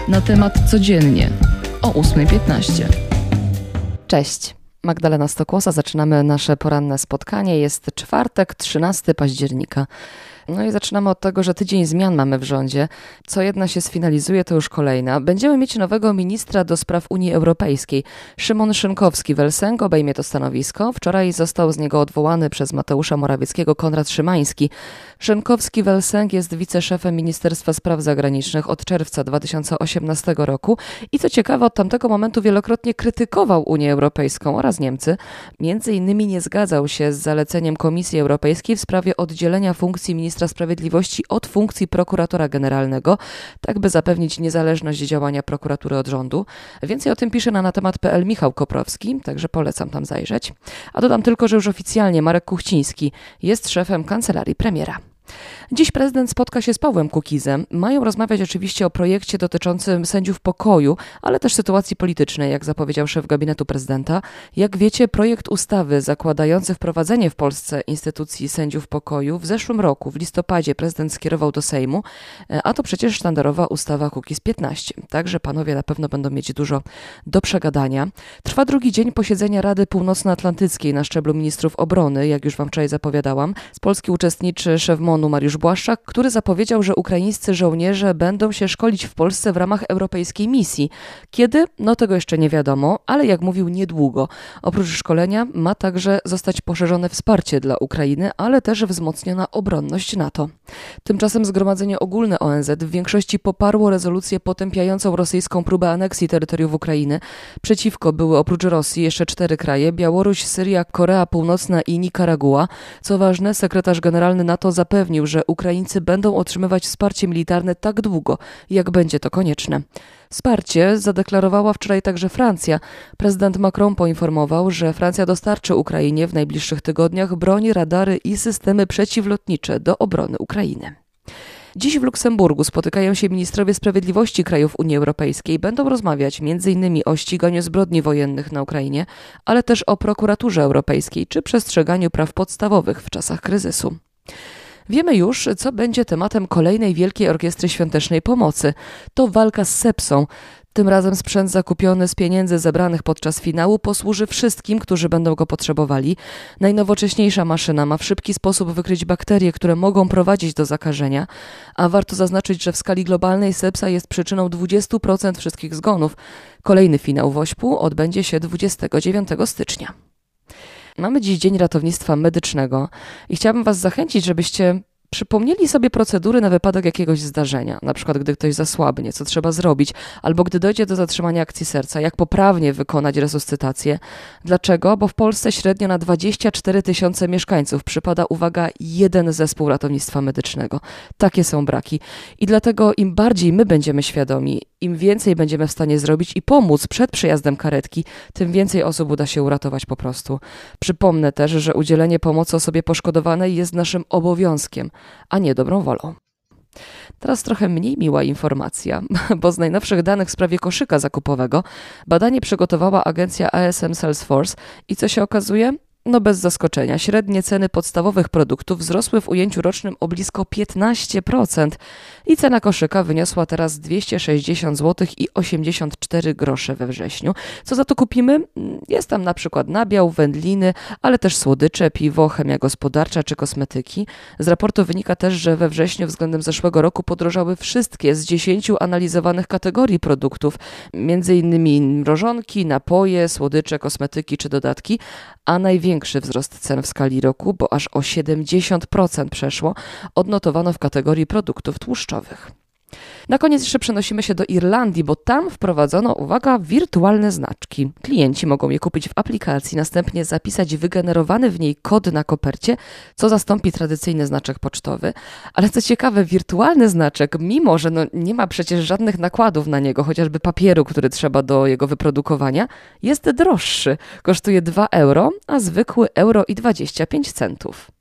Na temat codziennie o 8:15. Cześć, Magdalena Stokłosa. Zaczynamy nasze poranne spotkanie. Jest czwartek, 13 października. No i zaczynamy od tego, że tydzień zmian mamy w rządzie. Co jedna się sfinalizuje, to już kolejna. Będziemy mieć nowego ministra do spraw Unii Europejskiej. Szymon Szynkowski-Welsenk obejmie to stanowisko. Wczoraj został z niego odwołany przez Mateusza Morawieckiego Konrad Szymański. Szynkowski-Welsenk jest wiceszefem Ministerstwa Spraw Zagranicznych od czerwca 2018 roku i co ciekawe, od tamtego momentu wielokrotnie krytykował Unię Europejską oraz Niemcy. Między innymi nie zgadzał się z zaleceniem Komisji Europejskiej w sprawie oddzielenia funkcji ministra sprawiedliwości od funkcji prokuratora generalnego, tak by zapewnić niezależność działania prokuratury od rządu. Więcej o tym pisze na temat.pl Michał Koprowski, także polecam tam zajrzeć. A dodam tylko, że już oficjalnie Marek Kuchciński jest szefem kancelarii premiera. Dziś prezydent spotka się z Pawłem Kukizem. Mają rozmawiać oczywiście o projekcie dotyczącym sędziów pokoju, ale też sytuacji politycznej, jak zapowiedział szef gabinetu prezydenta. Jak wiecie, projekt ustawy zakładający wprowadzenie w Polsce instytucji sędziów pokoju w zeszłym roku, w listopadzie, prezydent skierował do Sejmu, a to przecież sztandarowa ustawa Kukiz 15. Także panowie na pewno będą mieć dużo do przegadania. Trwa drugi dzień posiedzenia Rady Północnoatlantyckiej na szczeblu ministrów obrony, jak już wam wczoraj zapowiadałam. Z Polski uczestniczy szef MON-u Mariusz Błaszczak, który zapowiedział, że ukraińscy żołnierze będą się szkolić w Polsce w ramach europejskiej misji. Kiedy? No tego jeszcze nie wiadomo, ale jak mówił, niedługo. Oprócz szkolenia ma także zostać poszerzone wsparcie dla Ukrainy, ale też wzmocniona obronność NATO. Tymczasem Zgromadzenie Ogólne ONZ w większości poparło rezolucję potępiającą rosyjską próbę aneksji terytoriów Ukrainy. Przeciwko były oprócz Rosji jeszcze 4 kraje: Białoruś, Syria, Korea Północna i Nikaragua. Co ważne, sekretarz generalny NATO zapewnił, że Ukraińcy będą otrzymywać wsparcie militarne tak długo, jak będzie to konieczne. Wsparcie zadeklarowała wczoraj także Francja. Prezydent Macron poinformował, że Francja dostarczy Ukrainie w najbliższych tygodniach broń, radary i systemy przeciwlotnicze do obrony Ukrainy. Dziś w Luksemburgu spotykają się ministrowie sprawiedliwości krajów Unii Europejskiej. Będą rozmawiać m.in. o ściganiu zbrodni wojennych na Ukrainie, ale też o prokuraturze europejskiej czy przestrzeganiu praw podstawowych w czasach kryzysu. Wiemy już, co będzie tematem kolejnej Wielkiej Orkiestry Świątecznej Pomocy. To walka z sepsą. Tym razem sprzęt zakupiony z pieniędzy zebranych podczas finału posłuży wszystkim, którzy będą go potrzebowali. Najnowocześniejsza maszyna ma w szybki sposób wykryć bakterie, które mogą prowadzić do zakażenia, a warto zaznaczyć, że w skali globalnej sepsa jest przyczyną 20% wszystkich zgonów. Kolejny finał w Ośpu odbędzie się 29 stycznia. Mamy dziś Dzień Ratownictwa Medycznego i chciałabym was zachęcić, żebyście przypomnieli sobie procedury na wypadek jakiegoś zdarzenia, na przykład gdy ktoś zasłabnie, co trzeba zrobić, albo gdy dojdzie do zatrzymania akcji serca, jak poprawnie wykonać resuscytację. Dlaczego? Bo w Polsce średnio na 24 000 mieszkańców przypada, uwaga, 1 zespół ratownictwa medycznego. Takie są braki. I dlatego im bardziej my będziemy świadomi, im więcej będziemy w stanie zrobić i pomóc przed przyjazdem karetki, tym więcej osób uda się uratować po prostu. Przypomnę też, że udzielenie pomocy osobie poszkodowanej jest naszym obowiązkiem, a nie dobrą wolą. Teraz trochę mniej miła informacja, bo z najnowszych danych w sprawie koszyka zakupowego badanie przygotowała agencja ASM Salesforce i co się okazuje? No bez zaskoczenia, średnie ceny podstawowych produktów wzrosły w ujęciu rocznym o blisko 15% i cena koszyka wyniosła teraz 260 zł i 84 grosze we wrześniu. Co za to kupimy? Jest tam na przykład nabiał, wędliny, ale też słodycze, piwo, chemia gospodarcza czy kosmetyki. Z raportu wynika też, że we wrześniu względem zeszłego roku podrożały wszystkie z 10 analizowanych kategorii produktów, m.in. mrożonki, napoje, słodycze, kosmetyki czy dodatki, a największy wzrost cen w skali roku, bo aż o 70% przeszło, odnotowano w kategorii produktów tłuszczowych. Na koniec jeszcze przenosimy się do Irlandii, bo tam wprowadzono, uwaga, wirtualne znaczki. Klienci mogą je kupić w aplikacji, następnie zapisać wygenerowany w niej kod na kopercie, co zastąpi tradycyjny znaczek pocztowy. Ale co ciekawe, wirtualny znaczek, mimo że nie ma przecież żadnych nakładów na niego, chociażby papieru, który trzeba do jego wyprodukowania, jest droższy. Kosztuje 2 euro, a zwykły euro i 25 centów.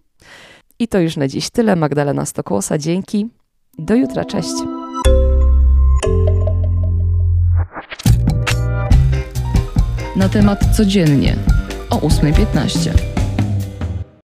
I to już na dziś tyle. Magdalena Stokłosa, dzięki. Do jutra, cześć. Na temat codziennie o 8:15.